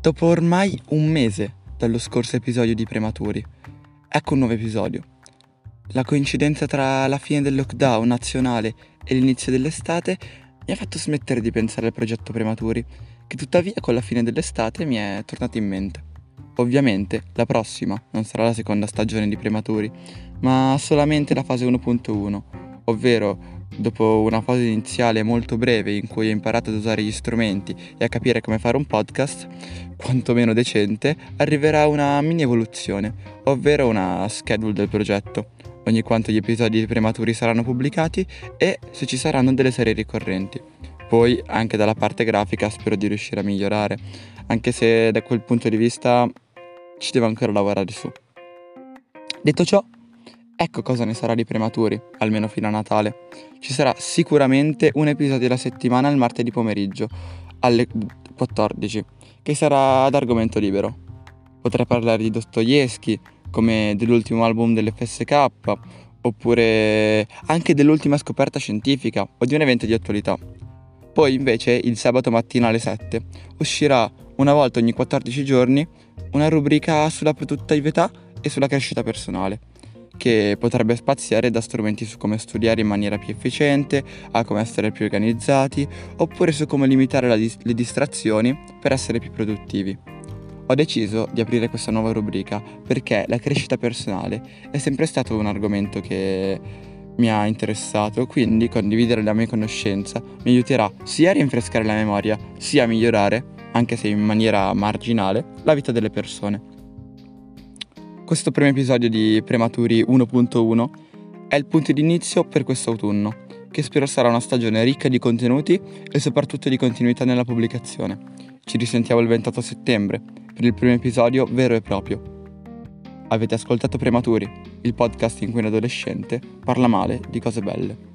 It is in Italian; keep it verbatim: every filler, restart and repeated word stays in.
Dopo ormai un mese dallo scorso episodio di Prematuri, ecco un nuovo episodio. La coincidenza tra la fine del lockdown nazionale e l'inizio dell'estate mi ha fatto smettere di pensare al progetto Prematuri, che tuttavia con la fine dell'estate mi è tornato in mente. Ovviamente la prossima non sarà la seconda stagione di Prematuri, ma solamente la fase uno punto uno, ovvero dopo una fase iniziale molto breve in cui ho imparato ad usare gli strumenti e a capire come fare un podcast, quantomeno decente, arriverà una mini evoluzione, ovvero una schedule del progetto, ogni quanto gli episodi prematuri saranno pubblicati e se ci saranno delle serie ricorrenti. Poi anche dalla parte grafica spero di riuscire a migliorare, anche se da quel punto di vista ci devo ancora lavorare su. Detto ciò, ecco cosa ne sarà di Prematuri, almeno fino a Natale. Ci sarà sicuramente un episodio alla settimana il martedì pomeriggio, alle quattordici, che sarà ad argomento libero. Potrei parlare di Dostoevsky, come dell'ultimo album dell'F S K, oppure anche dell'ultima scoperta scientifica o di un evento di attualità. Poi invece il sabato mattina alle sette uscirà una volta ogni quattordici giorni una rubrica sulla produttività e sulla crescita personale, che potrebbe spaziare da strumenti su come studiare in maniera più efficiente, a come essere più organizzati, oppure su come limitare la dis- le distrazioni per essere più produttivi. Ho deciso di aprire questa nuova rubrica perché la crescita personale è sempre stato un argomento che mi ha interessato, quindi condividere la mia conoscenza mi aiuterà sia a rinfrescare la memoria, sia a migliorare, anche se in maniera marginale, la vita delle persone. Questo primo episodio di Prematuri uno punto uno è il punto di inizio per questo autunno, che spero sarà una stagione ricca di contenuti e soprattutto di continuità nella pubblicazione. Ci risentiamo il ventotto settembre per il primo episodio vero e proprio. Avete ascoltato Prematuri, il podcast in cui un adolescente parla male di cose belle.